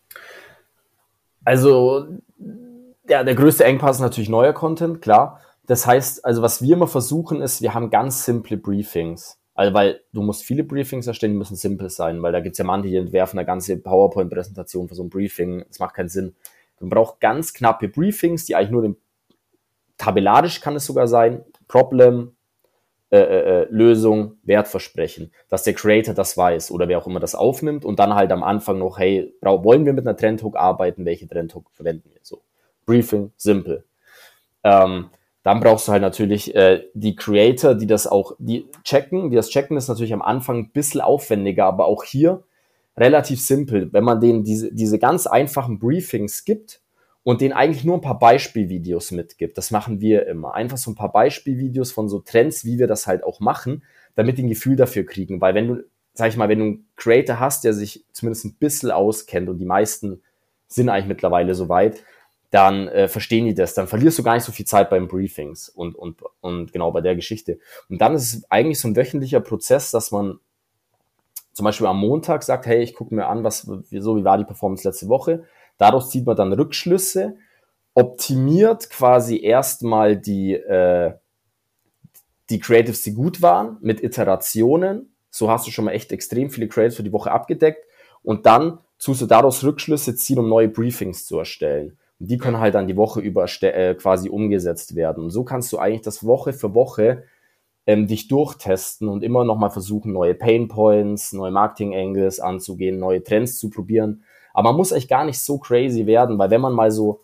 Also, ja, der größte Engpass ist natürlich neuer Content, klar. Das heißt, also was wir immer versuchen ist, wir haben ganz simple Briefings. Also, weil du musst viele Briefings erstellen, die müssen simpel sein, weil da gibt's ja manche, die entwerfen eine ganze PowerPoint-Präsentation für so ein Briefing. Das macht keinen Sinn. Man braucht ganz knappe Briefings, die eigentlich nur den, tabellarisch kann es sogar sein, Problem, äh, äh, Lösung, Wertversprechen, dass der Creator das weiß oder wer auch immer das aufnimmt und dann halt am Anfang noch, hey, wollen wir mit einer Trendhook arbeiten, welche Trendhook verwenden wir? So, Briefing, simpel. Ähm, dann brauchst du halt natürlich äh, die Creator, die das auch, die checken, die das checken, ist natürlich am Anfang ein bisschen aufwendiger, aber auch hier relativ simpel. Wenn man denen diese, diese ganz einfachen Briefings gibt und denen eigentlich nur ein paar Beispielvideos mitgibt, das machen wir immer. Einfach so ein paar Beispielvideos von so Trends, wie wir das halt auch machen, damit die ein Gefühl dafür kriegen. Weil wenn du, sag ich mal, wenn du einen Creator hast, der sich zumindest ein bisschen auskennt und die meisten sind eigentlich mittlerweile so weit, dann äh, verstehen die das. Dann verlierst du gar nicht so viel Zeit beim Briefings und, und, und genau bei der Geschichte. Und dann ist es eigentlich so ein wöchentlicher Prozess, dass man zum Beispiel am Montag sagt, hey, ich gucke mir an, was, so wie war die Performance letzte Woche. Daraus zieht man dann Rückschlüsse, optimiert quasi erstmal die, äh, die Creatives, die gut waren, mit Iterationen. So hast du schon mal echt extrem viele Creatives für die Woche abgedeckt. Und dann tust du daraus Rückschlüsse ziehen, um neue Briefings zu erstellen. Und die können halt dann die Woche über äh, quasi umgesetzt werden. Und so kannst du eigentlich das Woche für Woche ähm, dich durchtesten und immer nochmal versuchen, neue Painpoints, neue Marketing-Angles anzugehen, neue Trends zu probieren. Aber man muss echt gar nicht so crazy werden, weil wenn man mal so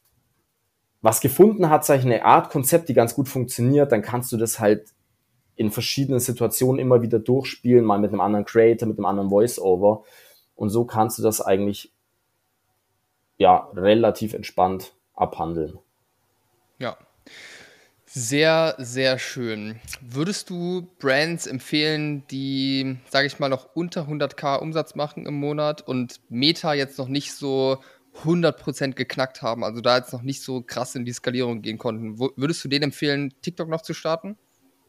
was gefunden hat, sag ich, eine Art Konzept, die ganz gut funktioniert, dann kannst du das halt in verschiedenen Situationen immer wieder durchspielen, mal mit einem anderen Creator, mit einem anderen Voice-Over. Und so kannst du das eigentlich ja relativ entspannt abhandeln. Ja. Sehr, sehr schön. Würdest du Brands empfehlen, die, sage ich mal, noch unter hunderttausend Umsatz machen im Monat und Meta jetzt noch nicht so hundert Prozent geknackt haben, also da jetzt noch nicht so krass in die Skalierung gehen konnten? Wo, würdest du denen empfehlen, TikTok noch zu starten?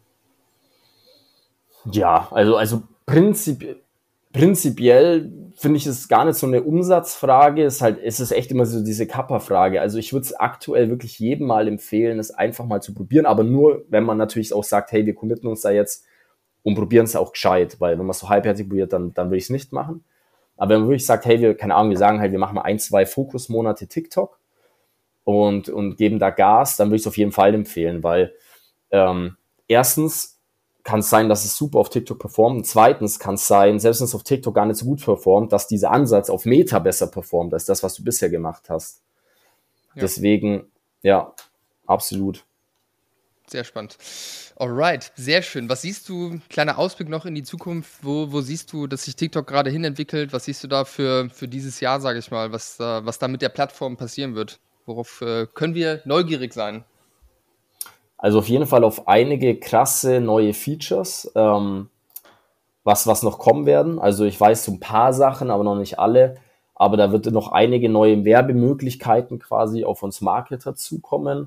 Ja, also, also prinzip, prinzipiell finde ich es gar nicht so eine Umsatzfrage. Es ist halt, es ist echt immer so diese Kappa-Frage. Also ich würde es aktuell wirklich jedem mal empfehlen, es einfach mal zu probieren, aber nur, wenn man natürlich auch sagt, hey, wir committen uns da jetzt und probieren es auch gescheit, weil wenn man es so halbherzig probiert, dann, dann würde ich es nicht machen. Aber wenn man wirklich sagt, hey, wir, keine Ahnung, wir sagen halt, wir machen mal ein, zwei Fokusmonate TikTok und, und geben da Gas, dann würde ich es auf jeden Fall empfehlen, weil ähm, erstens kann es sein, dass es super auf TikTok performt. Und zweitens kann es sein, selbst wenn es auf TikTok gar nicht so gut performt, dass dieser Ansatz auf Meta besser performt als das, was du bisher gemacht hast. Ja. Deswegen, ja, absolut. Sehr spannend. Alright, sehr schön. Was siehst du, kleiner Ausblick noch in die Zukunft, wo, wo siehst du, dass sich TikTok gerade hinentwickelt? Was siehst du da für, für dieses Jahr, sage ich mal, was, uh, was da mit der Plattform passieren wird? Worauf uh, können wir neugierig sein? Also auf jeden Fall auf einige krasse neue Features, ähm, was, was noch kommen werden. Also ich weiß so ein paar Sachen, aber noch nicht alle. Aber da wird noch einige neue Werbemöglichkeiten quasi auf uns Marketer zukommen.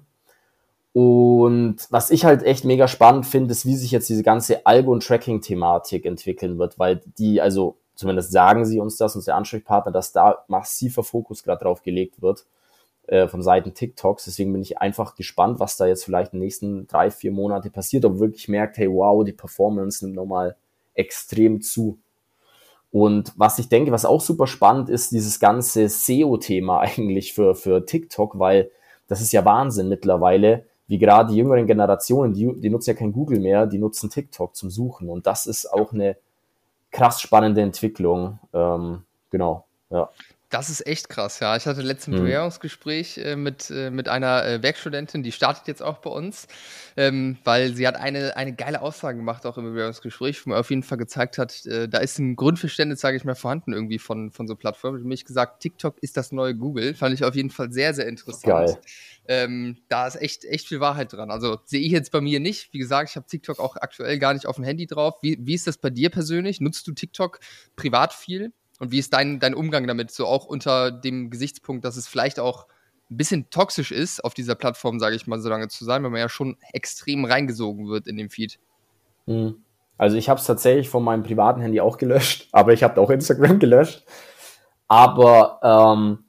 Und was ich halt echt mega spannend finde, ist, wie sich jetzt diese ganze Algo- und Tracking-Thematik entwickeln wird, weil die, also zumindest sagen sie uns das, unsere Ansprechpartner, dass da massiver Fokus gerade drauf gelegt wird von Seiten TikToks. Deswegen bin ich einfach gespannt, was da jetzt vielleicht in den nächsten drei, vier Monate passiert, ob wirklich merkt, hey, wow, die Performance nimmt nochmal extrem zu. Und was ich denke, was auch super spannend ist, dieses ganze S E O-Thema eigentlich für, für TikTok, weil das ist ja Wahnsinn mittlerweile, wie gerade die jüngeren Generationen, die, die nutzen ja kein Google mehr, die nutzen TikTok zum Suchen. Und das ist auch eine krass spannende Entwicklung. Ähm, genau, ja. Das ist echt krass, ja. Ich hatte letztens ein Bewerbungsgespräch äh, mit, äh, mit einer äh, Werkstudentin, die startet jetzt auch bei uns, ähm, weil sie hat eine, eine geile Aussage gemacht, auch im Bewerbungsgespräch, wo mir auf jeden Fall gezeigt hat, äh, da ist ein Grundverständnis, sage ich mal, vorhanden irgendwie von, von so Plattformen. Ich habe mich gesagt, TikTok ist das neue Google. Fand ich auf jeden Fall sehr, sehr interessant. Geil. Ähm, da ist echt, echt viel Wahrheit dran. Also sehe ich jetzt bei mir nicht. Wie gesagt, ich habe TikTok auch aktuell gar nicht auf dem Handy drauf. Wie, wie ist das bei dir persönlich? Nutzt du TikTok privat viel? Und wie ist dein, dein Umgang damit, so auch unter dem Gesichtspunkt, dass es vielleicht auch ein bisschen toxisch ist, auf dieser Plattform, sage ich mal, so lange zu sein, weil man ja schon extrem reingesogen wird in dem Feed? Also ich habe es tatsächlich von meinem privaten Handy auch gelöscht, aber ich habe auch Instagram gelöscht. Aber ähm,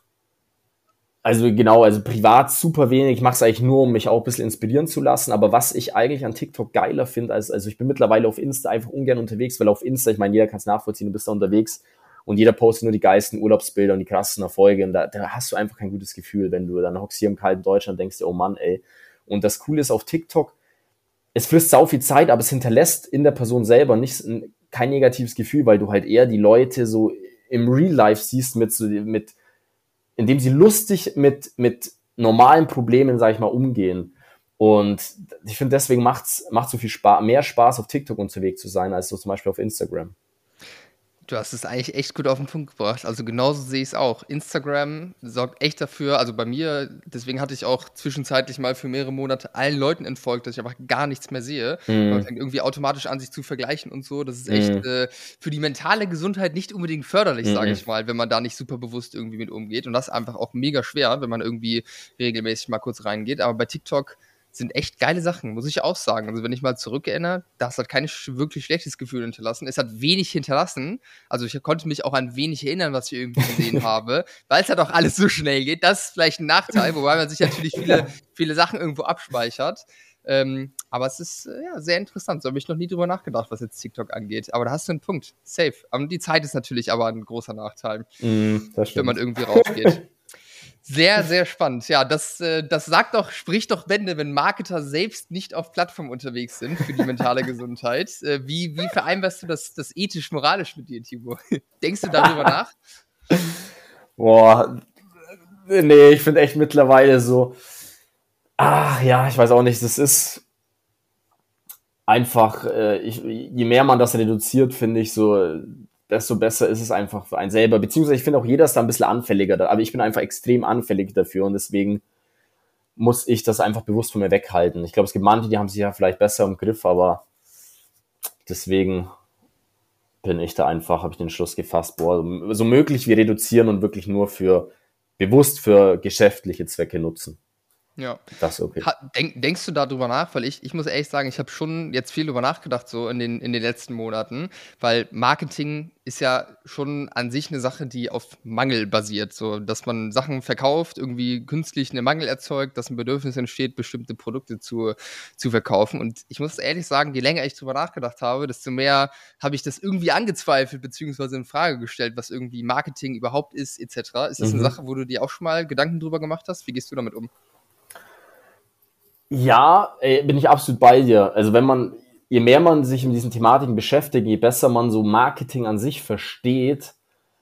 also genau, also privat super wenig. Ich mache es eigentlich nur, um mich auch ein bisschen inspirieren zu lassen. Aber was ich eigentlich an TikTok geiler finde, als, also ich bin mittlerweile auf Insta einfach ungern unterwegs, weil auf Insta, ich meine, jeder kann es nachvollziehen, du bist da unterwegs und jeder postet nur die geilsten Urlaubsbilder und die krassen Erfolge. Und da, da hast du einfach kein gutes Gefühl, wenn du dann hockst hier im kalten Deutschland und denkst dir, oh Mann, ey. Und das Coole ist auf TikTok, es frisst sau viel Zeit, aber es hinterlässt in der Person selber nicht, kein negatives Gefühl, weil du halt eher die Leute so im Real Life siehst mit so, mit, indem sie lustig mit, mit normalen Problemen, sag ich mal, umgehen. Und ich finde, deswegen macht's, macht so viel Spaß, mehr Spaß, auf TikTok unterwegs zu sein, als so zum Beispiel auf Instagram. Du hast es eigentlich echt gut auf den Punkt gebracht. Also genauso sehe ich es auch. Instagram sorgt echt dafür, also bei mir, deswegen hatte ich auch zwischenzeitlich mal für mehrere Monate allen Leuten entfolgt, dass ich einfach gar nichts mehr sehe. Mm. Man fängt irgendwie automatisch an, sich zu vergleichen und so. Das ist echt mm. äh, für die mentale Gesundheit nicht unbedingt förderlich, mm. sage ich mal, wenn man da nicht super bewusst irgendwie mit umgeht. Und das ist einfach auch mega schwer, wenn man irgendwie regelmäßig mal kurz reingeht. Aber bei TikTok sind echt geile Sachen, muss ich auch sagen. Also wenn ich mal zurückerinnere, das hat kein wirklich schlechtes Gefühl hinterlassen. Es hat wenig hinterlassen. Also ich konnte mich auch an wenig erinnern, was ich irgendwie gesehen habe, weil es halt auch alles so schnell geht. Das ist vielleicht ein Nachteil, wobei man sich natürlich viele, viele Sachen irgendwo abspeichert. Ähm, aber es ist äh, ja, sehr interessant. So habe ich noch nie drüber nachgedacht, was jetzt TikTok angeht. Aber da hast du einen Punkt. Safe. Und die Zeit ist natürlich aber ein großer Nachteil, mm, wenn man irgendwie rausgeht. Sehr, sehr spannend. Ja, das, äh, das sagt doch, spricht doch Bände, wenn Marketer selbst nicht auf Plattformen unterwegs sind für die mentale Gesundheit. Äh, wie, wie vereinbarst du das, das ethisch-moralisch mit dir, Timo? Denkst du darüber nach? Boah, nee, ich finde echt mittlerweile so, ach ja, ich weiß auch nicht, das ist einfach, äh, ich, je mehr man das reduziert, finde ich so, desto besser ist es einfach für einen selber. Beziehungsweise ich finde auch, jeder ist da ein bisschen anfälliger. Aber ich bin einfach extrem anfällig dafür und deswegen muss ich das einfach bewusst von mir weghalten. Ich glaube, es gibt manche, die haben sich ja vielleicht besser im Griff, aber deswegen bin ich da einfach, habe ich den Schluss gefasst, boah, so möglich wie reduzieren und wirklich nur für, bewusst für geschäftliche Zwecke nutzen. Ja. Das ist okay. Ha, denk, denkst du darüber nach? Weil ich, ich muss ehrlich sagen, ich habe schon jetzt viel darüber nachgedacht, so in den, in den letzten Monaten, weil Marketing ist ja schon an sich eine Sache, die auf Mangel basiert, so dass man Sachen verkauft, irgendwie künstlich einen Mangel erzeugt, dass ein Bedürfnis entsteht, bestimmte Produkte zu, zu verkaufen. Und ich muss ehrlich sagen, je länger ich darüber nachgedacht habe, desto mehr habe ich das irgendwie angezweifelt, beziehungsweise in Frage gestellt, was irgendwie Marketing überhaupt ist, et cetera. Ist das Mhm. eine Sache, wo du dir auch schon mal Gedanken drüber gemacht hast? Wie gehst du damit um? Ja, ey, bin ich absolut bei dir. Also wenn man, je mehr man sich mit diesen Thematiken beschäftigt, je besser man so Marketing an sich versteht,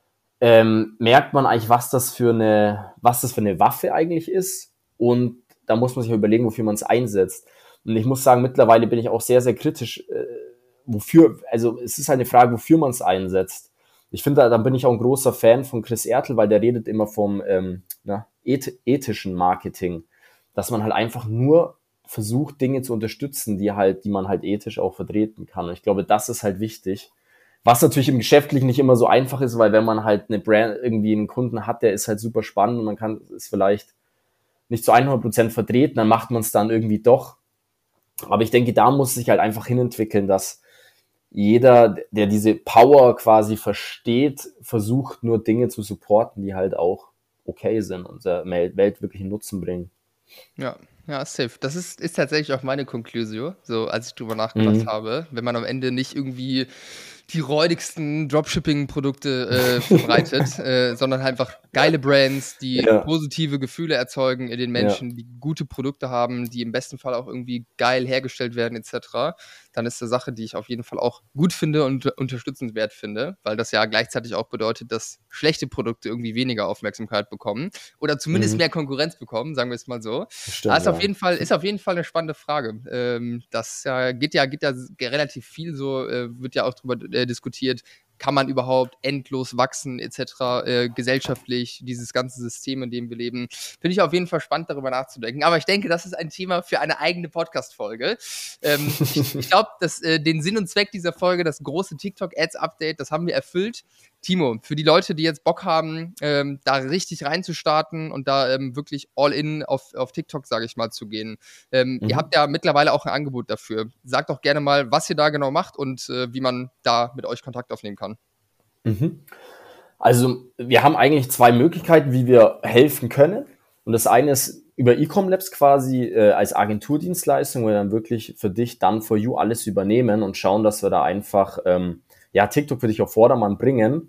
ähm, merkt man eigentlich, was das für eine, was das für eine Waffe eigentlich ist. Und da muss man sich überlegen, wofür man es einsetzt. Und ich muss sagen, mittlerweile bin ich auch sehr, sehr kritisch, äh, wofür, also es ist halt eine Frage, wofür man es einsetzt. Ich finde, da, da bin ich auch ein großer Fan von Chris Ertl, weil der redet immer vom ähm, na, eth- ethischen Marketing, dass man halt einfach nur versucht, Dinge zu unterstützen, die halt, die man halt ethisch auch vertreten kann. Und ich glaube, das ist halt wichtig. Was natürlich im Geschäftlichen nicht immer so einfach ist, weil wenn man halt eine Brand, irgendwie einen Kunden hat, der ist halt super spannend und man kann es vielleicht nicht zu hundert Prozent vertreten, dann macht man es dann irgendwie doch. Aber ich denke, da muss sich halt einfach hinentwickeln, dass jeder, der diese Power quasi versteht, versucht nur Dinge zu supporten, die halt auch okay sind und der Welt wirklich einen Nutzen bringen. Ja, ja, safe. Das ist, ist tatsächlich auch meine Konklusion, so als ich drüber nachgedacht Mhm. habe. Wenn man am Ende nicht irgendwie die räudigsten Dropshipping-Produkte äh, verbreitet, äh, sondern einfach geile Brands, die Ja, positive Gefühle erzeugen in den ja. Menschen, die gute Produkte haben, die im besten Fall auch irgendwie geil hergestellt werden, et cetera, dann ist eine Sache, die ich auf jeden Fall auch gut finde und unterstützenswert finde, weil das ja gleichzeitig auch bedeutet, dass schlechte Produkte irgendwie weniger Aufmerksamkeit bekommen oder zumindest Mhm. mehr Konkurrenz bekommen, sagen wir es mal so. Das stimmt, Ah, ist auf ja. jeden Fall, ist auf jeden Fall eine spannende Frage. Ähm, das ja, geht ja, geht ja relativ viel so, äh, wird ja auch drüber äh, diskutiert, kann man überhaupt endlos wachsen, et cetera, äh, gesellschaftlich, dieses ganze System, in dem wir leben. Finde ich auf jeden Fall spannend, darüber nachzudenken. Aber ich denke, das ist ein Thema für eine eigene Podcast-Folge. Ähm, ich ich glaube, dass äh, den Sinn und Zweck dieser Folge, das große TikTok-Ads-Update, das haben wir erfüllt. Timo, für die Leute, die jetzt Bock haben, ähm, da richtig reinzustarten und da ähm, wirklich all in auf, auf TikTok, sage ich mal, zu gehen. Ähm, Mhm. Ihr habt ja mittlerweile auch ein Angebot dafür. Sagt doch gerne mal, was ihr da genau macht und äh, wie man da mit euch Kontakt aufnehmen kann. Mhm. Also wir haben eigentlich zwei Möglichkeiten, wie wir helfen können. Und das eine ist über Ecom Labs quasi äh, als Agenturdienstleistung, wo wir dann wirklich für dich dann for you alles übernehmen und schauen, dass wir da einfach ähm, ja TikTok für dich auf Vordermann bringen.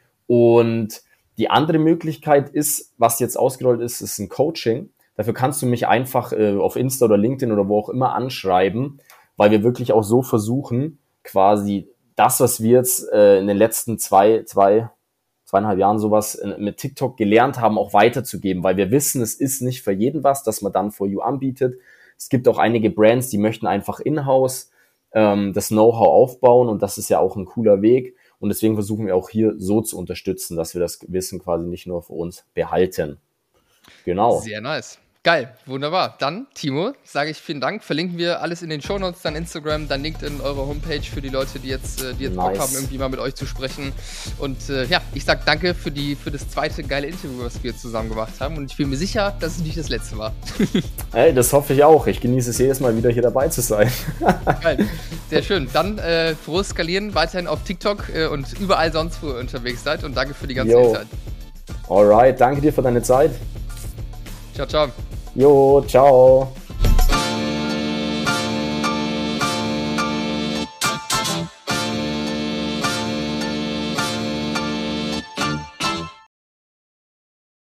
Und die andere Möglichkeit ist, was jetzt ausgerollt ist, ist ein Coaching. Dafür kannst du mich einfach äh, auf Insta oder LinkedIn oder wo auch immer anschreiben, weil wir wirklich auch so versuchen, quasi das, was wir jetzt äh, in den letzten zwei, zwei, zweieinhalb Jahren sowas äh, mit TikTok gelernt haben, auch weiterzugeben, weil wir wissen, es ist nicht für jeden was, dass man dann for you anbietet. Es gibt auch einige Brands, die möchten einfach in-house ähm, das Know-how aufbauen und das ist ja auch ein cooler Weg. Und deswegen versuchen wir auch hier so zu unterstützen, dass wir das Wissen quasi nicht nur für uns behalten. Genau. Sehr nice. Geil, wunderbar. Dann, Timo, sage ich vielen Dank. Verlinken wir alles in den Shownotes, dann Instagram, dann LinkedIn, eure Homepage für die Leute, die jetzt, die jetzt Bock Nice. haben, irgendwie mal mit euch zu sprechen. Und äh, ja, ich sag danke für, die, für das zweite geile Interview, was wir zusammen gemacht haben. Und ich bin mir sicher, dass es nicht das letzte war. Hey, das hoffe ich auch. Ich genieße es jedes Mal wieder hier dabei zu sein. Geil, sehr schön. Dann äh, frohes Skalieren weiterhin auf TikTok äh, und überall sonst, wo ihr unterwegs seid. Und danke für die ganze Yo. Insight. Alright, danke dir für deine Zeit. Ciao, ciao. Jo, ciao.